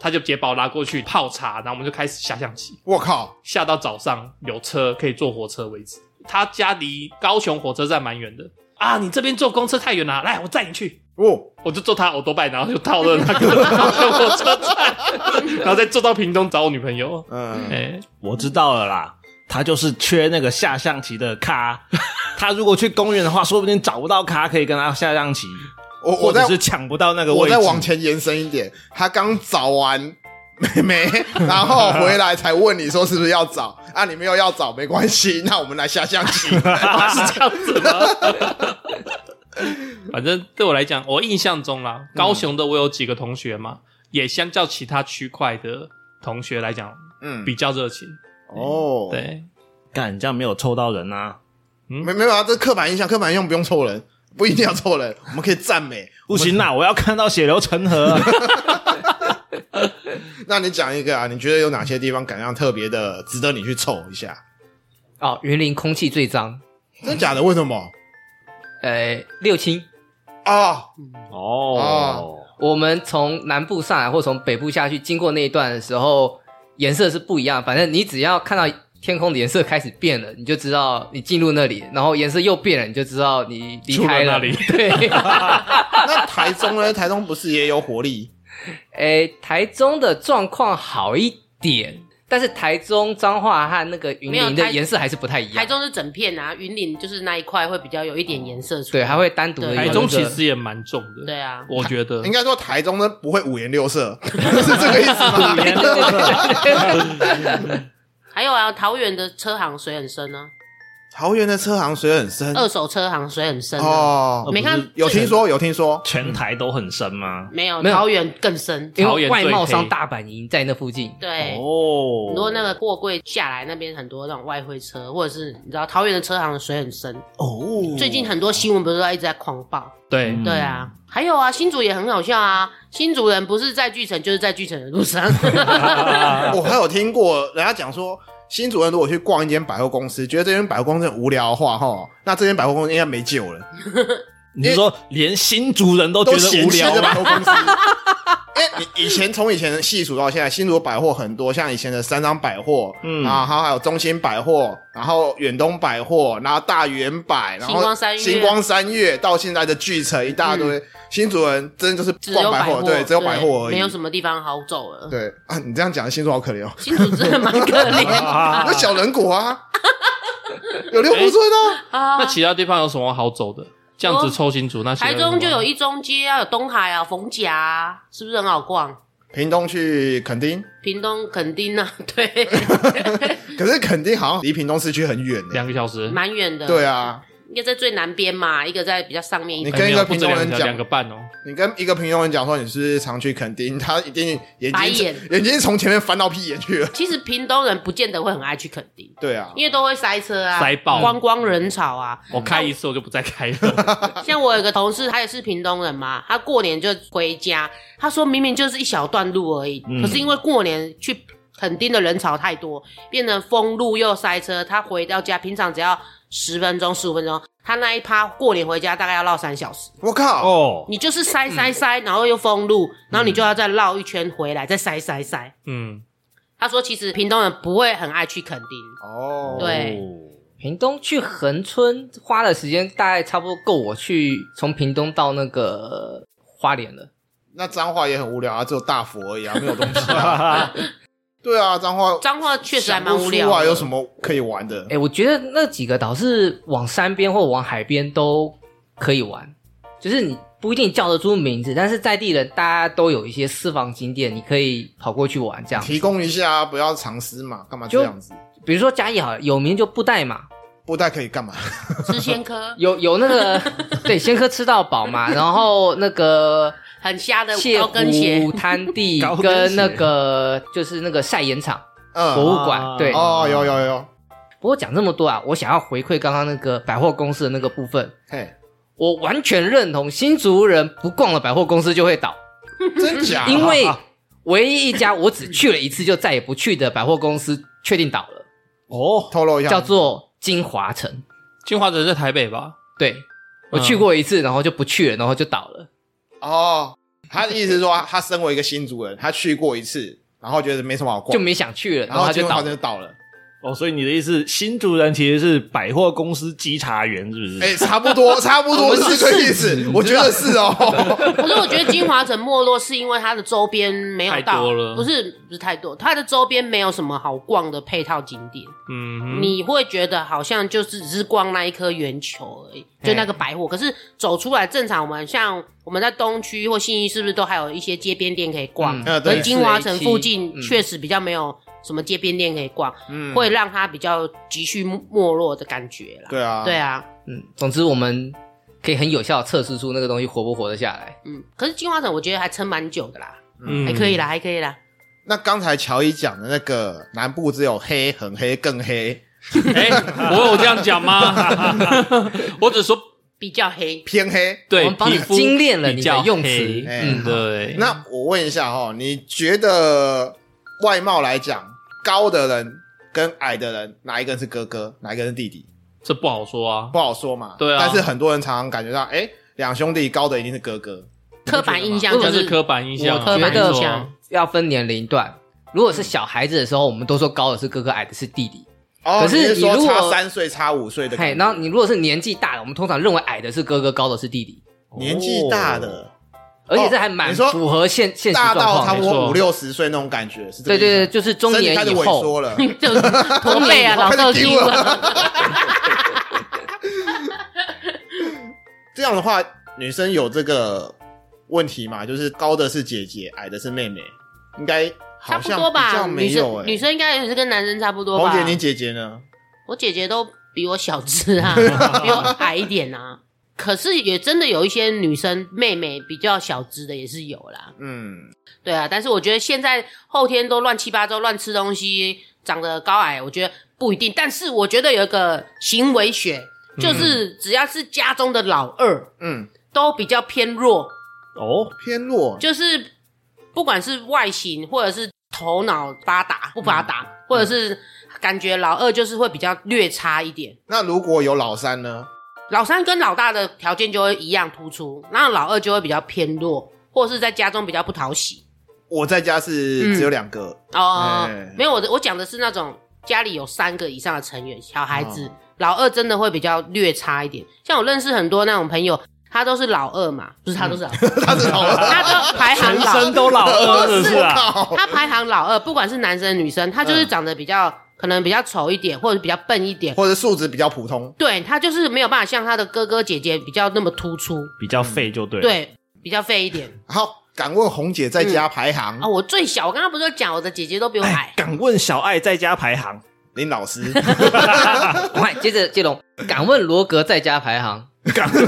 他就直接把我拉过去泡茶，然后我们就开始下象棋。 我靠， 下到早上有车可以坐火车为止。他家离高雄火车站蛮远的啊，你这边坐公车太远了，来我载你去。哦，我就坐他欧多拜，然后就到了那个高雄火车站，然后再坐到屏东找我女朋友。嗯， 欸、我知道了啦，他就是缺那个下象棋的咖。他如果去公园的话，说不定找不到咖可以跟他下象棋。我我或者是抢不到那个位置。 我再往前延伸一点，他刚找完妹妹，然后回来才问你说是不是要找啊？你没有要找没关系，那我们来下象棋。是这样子吗？反正对我来讲，我印象中啦，高雄的我有几个同学嘛，嗯、也相较其他区块的同学来讲，嗯，比较热情。哦，对， 干这样没有凑到人啊？ 嗯，没没有啊，这刻板印象，刻板印象不用凑人。不一定要凑人，我们可以赞美。 不行啦，我要看到血流成河、啊。 那你讲一个啊，你觉得有哪些地方感觉特别的，值得你去凑一下？ 哦，云林空气最脏， 真假的？为什么？ 呃，六轻啊， 哦哦，我们从南部上来或从北部下去，经过那一段的时候，颜色是不一样。反正你只要看到天空的颜色开始变了，你就知道你进入那里，然后颜色又变了，你就知道你离开了。 那里对。 那台中呢？台中不是也有火力？ 诶，台中的状况好一点，但是台中彰化和那个云林的颜色还是不太一样。 台中是整片啊，云林就是那一块会比较有一点颜色出来。 对，还会单独的、那个。 台中其实也蛮重的。 对啊， 我觉得应该说台中呢不会五颜六色，是这个意思吗？ 五颜六色。 还有啊，桃园的车行水很深啊。 桃园的车行水很深， 二手车行水很深、啊、 哦。 没看有听说有听说， 全台都很深吗？ 没有，桃园更深， 因为外贸商大本营在那附近。 对哦，很多那个货柜下来那边很多那种外汇车，或者是你知道桃园的车行的水很深哦。最近很多新闻不是都一直在狂爆？ 对对啊，还有啊，新竹也很好笑啊。新竹人不是在巨城就是在巨城的路上。 我还有听过人家讲说。新竹人如果去逛一间百货公司，觉得这间百货公司很无聊的话，齁，那这间百货公司应该没救了。 你是说连新竹人都觉得无聊吗？ 百货公司，因为以前从以前细数到现在，新竹百货很多，像以前的三张百货，嗯，然后还有中心百货，然后远东百货，然后大圆百，然后星光三月， 星光三月到现在的巨城一大堆。嗯，新竹人真的就是逛百货，对，只有百货而已， 没有什么地方好走了。 对啊，你这样讲，新竹好可怜哦。 新竹真的蛮可怜的， 有小人国啊，有六福村啊。那其他地方有什么好走的？这样子抽新竹，那台中就有一中街啊，有东海啊，逢甲啊，是不是很好逛？ 屏东去垦丁， 屏东垦丁啊，对。 可是垦丁好像离屏东市区很远， 两个小时， 蛮远的。 对啊。 一个在最南边嘛，一个在比较上面一点。 你跟一个屏东人讲两个半哦， 你跟一个屏东人讲说你是不是常去垦丁，他一定眼睛眼眼睛从前面翻到屁眼去了。 其实屏东人不见得会很爱去垦丁， 对啊， 因为都会塞车啊， 塞爆， 观光人潮啊。 我开一次我就不再开了。 像我有个同事，他也是屏东人嘛，他过年就回家，他说明明就是一小段路而已，嗯、可是因为过年去垦丁的人潮太多，变成封路又塞车，他回到家平常只要十分钟、十五分钟。他那一趴过年回家大概要绕三小时， 我靠！ 哦，你就是塞塞塞，然后又封路，然后你就要再绕一圈回来，再塞塞塞。嗯，他说其实屏东人不会很爱去垦丁哦，对， 屏东去恒春花的时间大概差不多够我去从屏东到那个花莲了。 那彰化也很无聊啊，只有大佛而已啊，没有东西啊。对啊，彰化彰化确实还蛮无聊的。 啊，有什么可以玩的？ 哎、欸，我觉得那几个岛是往山边或往海边都可以玩，就是你不一定叫得出名字，但是在地人大家都有一些私房景点，你可以跑过去玩这样。 提供一下，不要藏私嘛，干嘛这样子？ 比如说嘉义好了，有名就布袋嘛。 布袋可以干嘛？ 吃鲜科。 有有那个对鲜科吃到饱嘛，然后那个。 很瞎的高跟鞋泻湖滩地跟那个就是那个晒盐场嗯博物馆、啊、对哦有有有。 不过讲这么多啊，我想要回馈刚刚那个百货公司的那个部分。嘿，我完全认同新竹人不逛了百货公司就会倒。 真假？ 因为唯一一家我只去了一次就再也不去的百货公司确定倒了。 哦，透露一下， 叫做金华城。 金华城在台北吧？ 对，我去过一次，然后就不去了，然后就倒了。 哦， 他的意思是说，他身为一个新竹人，他去过一次，然后觉得没什么好逛， 就没想去了， 然后他就倒了。 就倒了。 哦，所以你的意思，新竹人其实是百货公司稽查员，是不是？ 哎、欸，差不多，差不多是这个意思。我觉得是哦。 可是我觉得金华城没落是因为它的周边没有到， 太多了， 不是不是太多，它的周边没有什么好逛的配套景点。嗯，你会觉得好像就是只是逛那一颗圆球而已，就那个百货。可是走出来，正常我们像我们在东区或信义，是不是都还有一些街边店可以逛？嗯， 对。 金华城附近确实比较没有什么街边店可以逛，嗯，会让它比较急需没落的感觉啦。 对啊， 对啊， 嗯，总之我们可以很有效的测试出那个东西活不活得下来。 嗯，可是金华城我觉得还撑蛮久的啦，嗯，还可以啦，还可以啦。 那刚才乔伊讲的那个南部只有黑、很黑、更黑， 哎、欸，我有这样讲吗？我只说比较黑， 偏黑。 对，我们帮你精炼了你的用词。 嗯， 对。 那我问一下齁，你觉得外貌来讲，高的人跟矮的人，哪一个是哥哥，哪一个是弟弟？ 这不好说啊， 不好说嘛。 对啊。 但是很多人常常感觉到，哎，两兄弟高的一定是哥哥。 刻板印象就是刻板印象。 我觉得要分年龄段。如果是小孩子的时候，我们都说高的是哥哥，矮的是弟弟。 哦， 可是你说差三岁、差五岁的。 嘿，然后你如果是年纪大的，我们通常认为矮的是哥哥，高的是弟弟。 年纪大的。 而且这还蛮符合现现实状况， 大到差不多五六十岁那种感觉，是这个意思。 对对对，就是中年以后身体开始萎缩了， 就是驼背啊，老豆筋了。 这样的话，女生有这个问题嘛？就是高的是姐姐，矮的是妹妹，应该好像比较没有、欸、 女生女生应该也是跟男生差不多吧？ 红姐，你姐姐呢？ 我姐姐都比我小只啊，比我矮一点啊。可是也真的有一些女生妹妹比较小只的也是有啦，嗯，对啊，但是我觉得现在后天都乱七八糟乱吃东西，长得高矮我觉得不一定，但是我觉得有一个行为学，就是只要是家中的老二，嗯，都比较偏弱哦，偏弱， 就是不管是外形或者是头脑发达不发达，嗯、或者是感觉老二就是会比较略差一点。 那如果有老三呢？ 老三跟老大的条件就会一样突出，然后老二就会比较偏弱，或是在家中比较不讨喜。 我在家是只有两个、 嗯、哦、欸，没有，我我讲的是那种家里有三个以上的成员，小孩子、哦、老二真的会比较略差一点。像我认识很多那种朋友，他都是老二嘛，不是他都是老二，嗯、 他是老二， 他都排行老二， 全身都老二，是不是啊？ 他排行老二，不管是男生女生，他就是长得比较。嗯可能比较丑一点，或者比较笨一点， 或者素质比较普通。 对，他就是没有办法像他的哥哥姐姐比较那么突出， 比较废就对了。 对，比较废一点。 好，敢问红姐在家排行？ 嗯、哦，我最小，我刚刚不是讲我的姐姐都比我矮。 敢问小爱在家排行？ 林老师。 快，接着接龙，敢问罗格在家排行？ 敢问。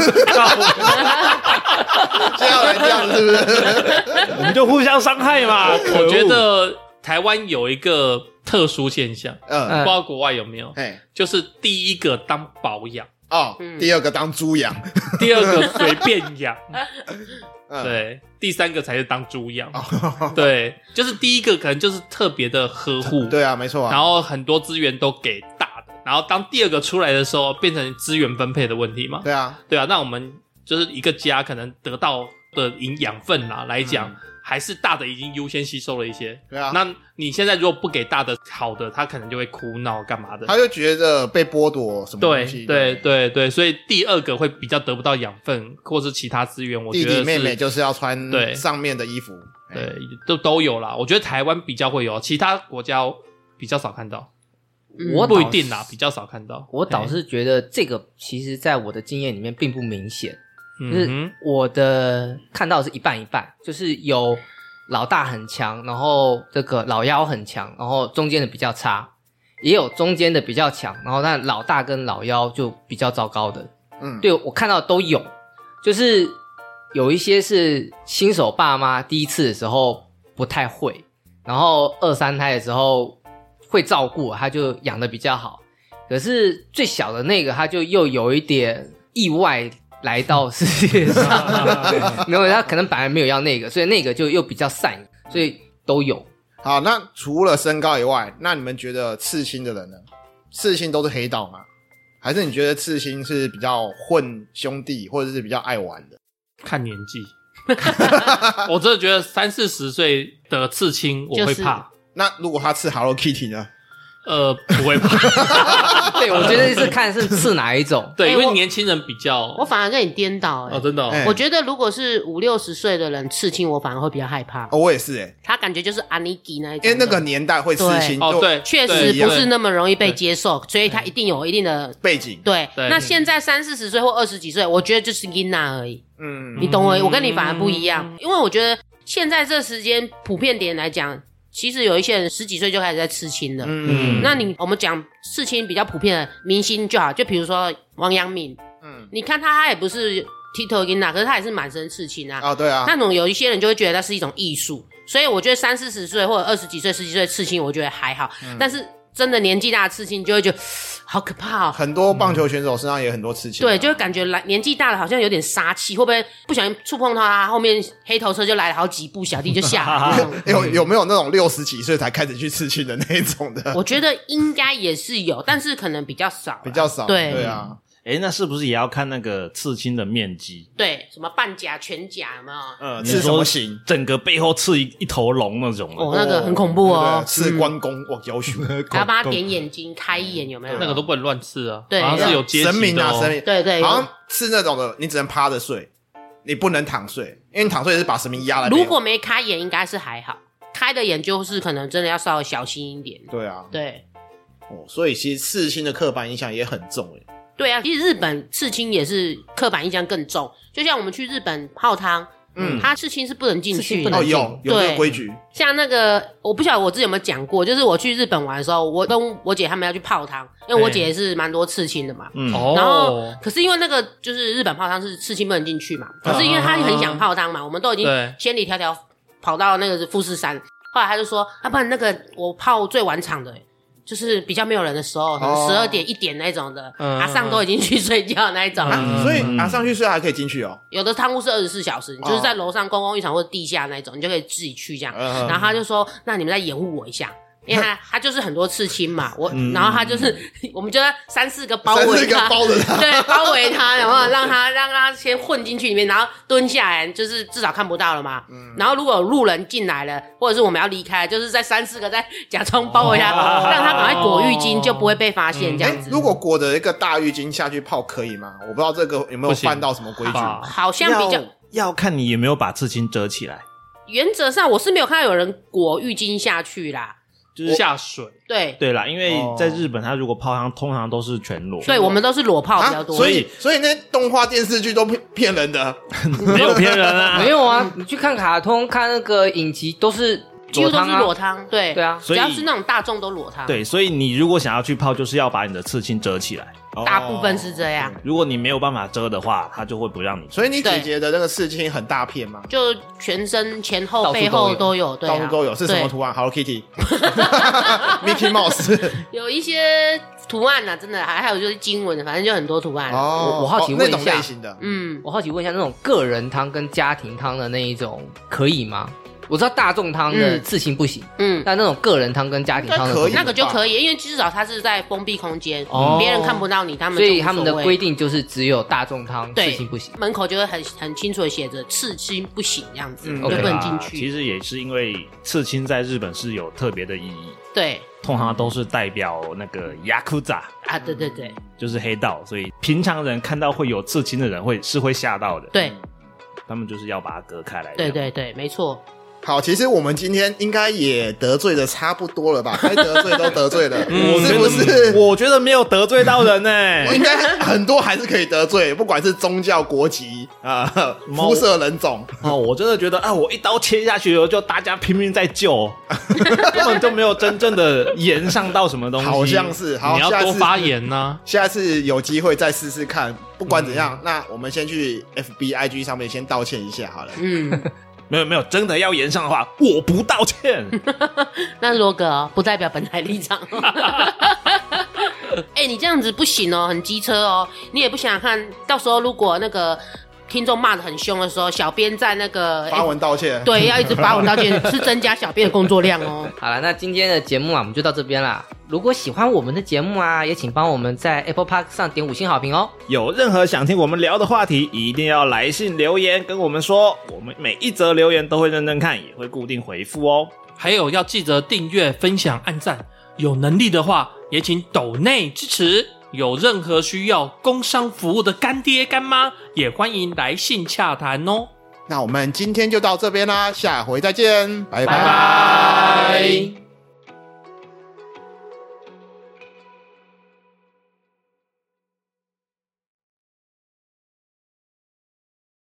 这样来这样是不是？ 我们就互相伤害嘛。 我觉得台湾有一个特殊现象，嗯，不知道国外有没有？哎，就是第一个当保养哦、嗯，第二个当猪养， 第二个随便养，嗯、对，第三个才是当猪养、哦。对，就是第一个可能就是特别的呵护， 对啊，没错、啊。 然后很多资源都给大的，然后当第二个出来的时候，变成资源分配的问题嘛。 对啊， 对啊，那我们就是一个家可能得到的营养分啦来讲。嗯，还是大的已经优先吸收了一些， 对啊。 那你现在如果不给大的好的，他可能就会哭闹干嘛的， 他就觉得被剥夺什么东西。 对对对对，所以第二个会比较得不到养分或是其他资源。我觉得弟弟妹妹就是要穿对上面的衣服， 对，都都有啦。我觉得台湾比较会有，其他国家比较少看到。 我不一定啦，比较少看到。 我倒是觉得这个其实在我的经验里面并不明显。就是我的看到的是一半一半，就是有老大很强，然后这个老幺很强，然后中间的比较差，也有中间的比较强，然后但老大跟老幺就比较糟糕的。嗯，对，我看到的都有，就是有一些是新手爸妈第一次的时候不太会，然后二三胎的时候会照顾，他就养得比较好。可是最小的那个他就又有一点意外来到世界上，没有，他可能本来没有要那个，所以那个就又比较散，所以都有。 好，那除了身高以外，那你们觉得刺青的人呢？刺青都是黑道吗？还是你觉得刺青是比较混兄弟，或者是比较爱玩的？ 看年纪， 我真的觉得三四十岁的刺青我会怕。就是、 那如果他刺 Hello Kitty 呢？ 呃，不会怕。 对，我觉得是看是刺哪一种。 对，因为年轻人比较， 我反而跟你颠倒、欸。 哦，真的、哦欸。我觉得如果是五六十岁的人刺青，我反而会比较害怕。 哦，我也是哎、欸。 他感觉就是阿尼基那一种， 因为那个年代会刺青， 哦对， 确实不是那么容易被接受，所以他一定有一定的背景。 对， 对那现在三四十岁或二十几岁，我觉得就是囡仔而已。嗯，你懂我？我跟你反而不一样，嗯、因为我觉得现在这时间普遍点来讲。其实有一些人十几岁就开始在刺青了，嗯，那你我们讲刺青比较普遍的明星就好，就比如说王阳明，嗯，你看他他也不是剃头巾啊，可是他也是满身刺青啊， 啊对啊， 那种有一些人就会觉得那是一种艺术，所以我觉得三四十岁或者二十几岁、十几岁刺青，我觉得还好，嗯、但是真的年纪大的刺青，就会觉得好可怕哦。 很多棒球选手身上也很多刺青、啊， 对，就会感觉来年纪大了好像有点杀气，会不会不小心触碰到他，后面黑头车就来了好几步，小弟就下来。 有有没有那种六十几岁才开始去刺青的那种的？ 我觉得应该也是有，但是可能比较少， 比较少。 对对啊。 诶，那是不是也要看那个刺青的面积？ 对，什么半甲、全甲有没有？ 呃，刺什么型？ 整个背后刺一一头龙那种的。 哦，那个很恐怖哦。 刺关公，哇，要求。 还要帮他点眼睛、开眼，有没有？ 那个都不能乱刺啊。 对， 好像是有阶级的、哦。 神明啊，神明。 对对。 好像刺那种的，你只能趴着睡，你不能躺睡，因为你躺睡是把神明压来。 如果没开眼，应该是还好；开的眼就是可能真的要稍微小心一点。 对啊。 对。 哦，所以其实刺青的刻板印象也很重诶。 对啊，其实日本刺青也是刻板印象更重，就像我们去日本泡汤，嗯，他刺青是不能进去的， 哦，有有这个规矩。 像那个我不晓得我之前有没有讲过，就是我去日本玩的时候，我跟我姐他们要去泡汤，因为我姐也是蛮多刺青的嘛，嗯，然后可是因为那个就是日本泡汤是刺青不能进去嘛，可是因为他很想泡汤嘛，我们都已经千里迢迢跑到那个富士山，后来他就说，啊，不然那个我泡最晚场的、欸。就是比较没有人的时候，可能十二点一点那种的，嗯、阿尚都已经去睡觉那一种、 啊，所以阿尚去睡还可以进去哦。 有的汤屋是二十四小时，你就是在楼上公共浴场或者地下那种，你就可以自己去这样。嗯、然后他就说：“那你们再掩护我一下。”因为他他就是很多刺青嘛，我、嗯、然后他就是我们就三四个包围他， 包着他， 对，包围他，然后让他让他先混进去里面，然后蹲下来，就是至少看不到了嘛。嗯、然后如果有路人进来了，或者是我们要离开，就是在三四个在假装包围他，哦、让他赶快裹浴巾，就不会被发现这样子。 嗯、如果裹着一个大浴巾下去泡可以吗？我不知道这个有没有犯到什么规矩， 好像比较要看你有没有把刺青遮起来。 原则上我是没有看到有人裹浴巾下去啦。 就是下水， 对对啦，因为在日本，他如果泡汤，通常都是全裸。 对，我们都是裸泡比较多， 啊、所以所以那动画电视剧都骗人的， 没有骗人啊， 没有啊，你去看卡通、看那个影集都是。 几乎都是裸汤，对对啊， 只要是那种大众都裸汤。 对，所以你如果想要去泡，就是要把你的刺青遮起来。 大部分是这样。 如果你没有办法遮的话，他就会不让你。 所以你姐姐的那个刺青很大片吗？ 就全身前后背后都有，对、啊， 到处都有。是什么图案 ？Hello Kitty、Mickey Mouse， 有一些图案啊，真的，还有就是经文的，反正就很多图案。 哦，我我好奇问一下， 哦、那种类型的， 嗯， 我好奇问一下，那种个人汤跟家庭汤的那一种可以吗？我知道大众汤的刺青不行，嗯，但那种个人汤跟家庭汤的可以， 那个就可以，因为至少它是在封闭空间，哦，别人看不到你，他们所以他们的规定就是只有大众汤刺青不行， 门口就会很很清楚的写着刺青不行这样子，嗯、就不能进去、 啊。其实也是因为刺青在日本是有特别的意义， 对， 通常都是代表那个ヤクザ啊，对对对， 就是黑道，所以平常人看到会有刺青的人会是会吓到的， 对， 他们就是要把它隔开来， 对对对，没错。 好，其实我们今天应该也得罪的差不多了吧？该得罪都得罪了，嗯、是不是？ 我觉得没有得罪到人呢、欸， 应该很多还是可以得罪，不管是宗教、国籍啊、呃、肤色、人种。 哦，我真的觉得啊，我一刀切下去了，就大家拼命在救，根本就没有真正的延上到什么东西。 好像是，好， 你要多发言呢、啊。 下次有机会再试试看，不管怎样，嗯、那我们先去 F B、I G 上面先道歉一下好了。嗯。 没有没有，真的要延上的话，我不道歉。 那罗格、哦、不代表本台立场。哎、欸，你这样子不行哦，很机车哦。你也不想看到时候如果那个听众骂得很凶的时候，小编在那个发文道歉， 对，要一直发文道歉，是增加小编的工作量哦。 好了，那今天的节目啊，我们就到这边啦。如果喜欢我们的节目啊，也请帮我们在 Apple Park 上点五星好评哦。 有任何想听我们聊的话题，一定要来信留言跟我们说，我们每一则留言都会认真看，也会固定回复哦。 还有要记得订阅、分享、按赞，有能力的话也请抖内支持。有任何需要工商服务的干爹干妈，也欢迎来信洽谈哦。 那我们今天就到这边啦，下回再见，拜拜。 拜拜。